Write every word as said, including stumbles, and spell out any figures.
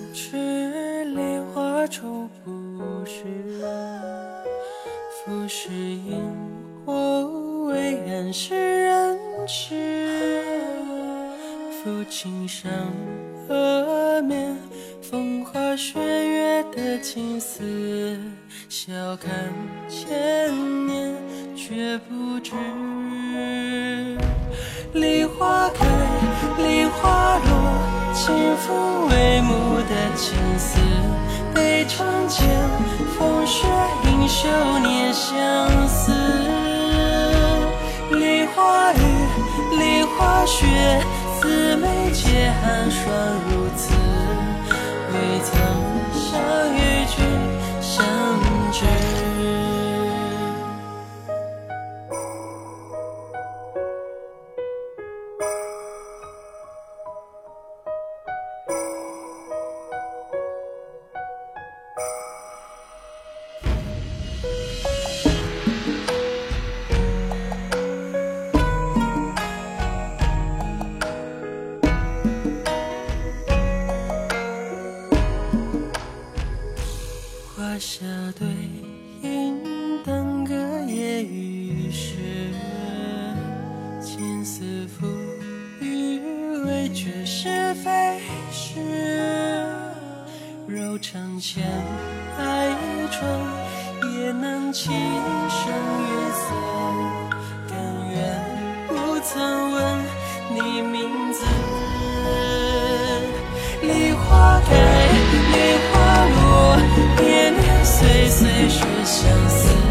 知梨花愁不是浮世因我为人世人痴。抚琴上额面风花雪月的情思，笑看千年却不知。梨花开，梨花落，轻抚帷幕的青丝，北城前风雪映秀年相思。梨花雨，梨花雪，四眉皆寒霜如此，未曾相与君相知。画下对影，当歌夜雨时，琴丝抚予，未觉是非事。柔肠千百转，也能轻声月色，甘愿不曾问你名字。梨花开，梨花落，年年岁岁学相思。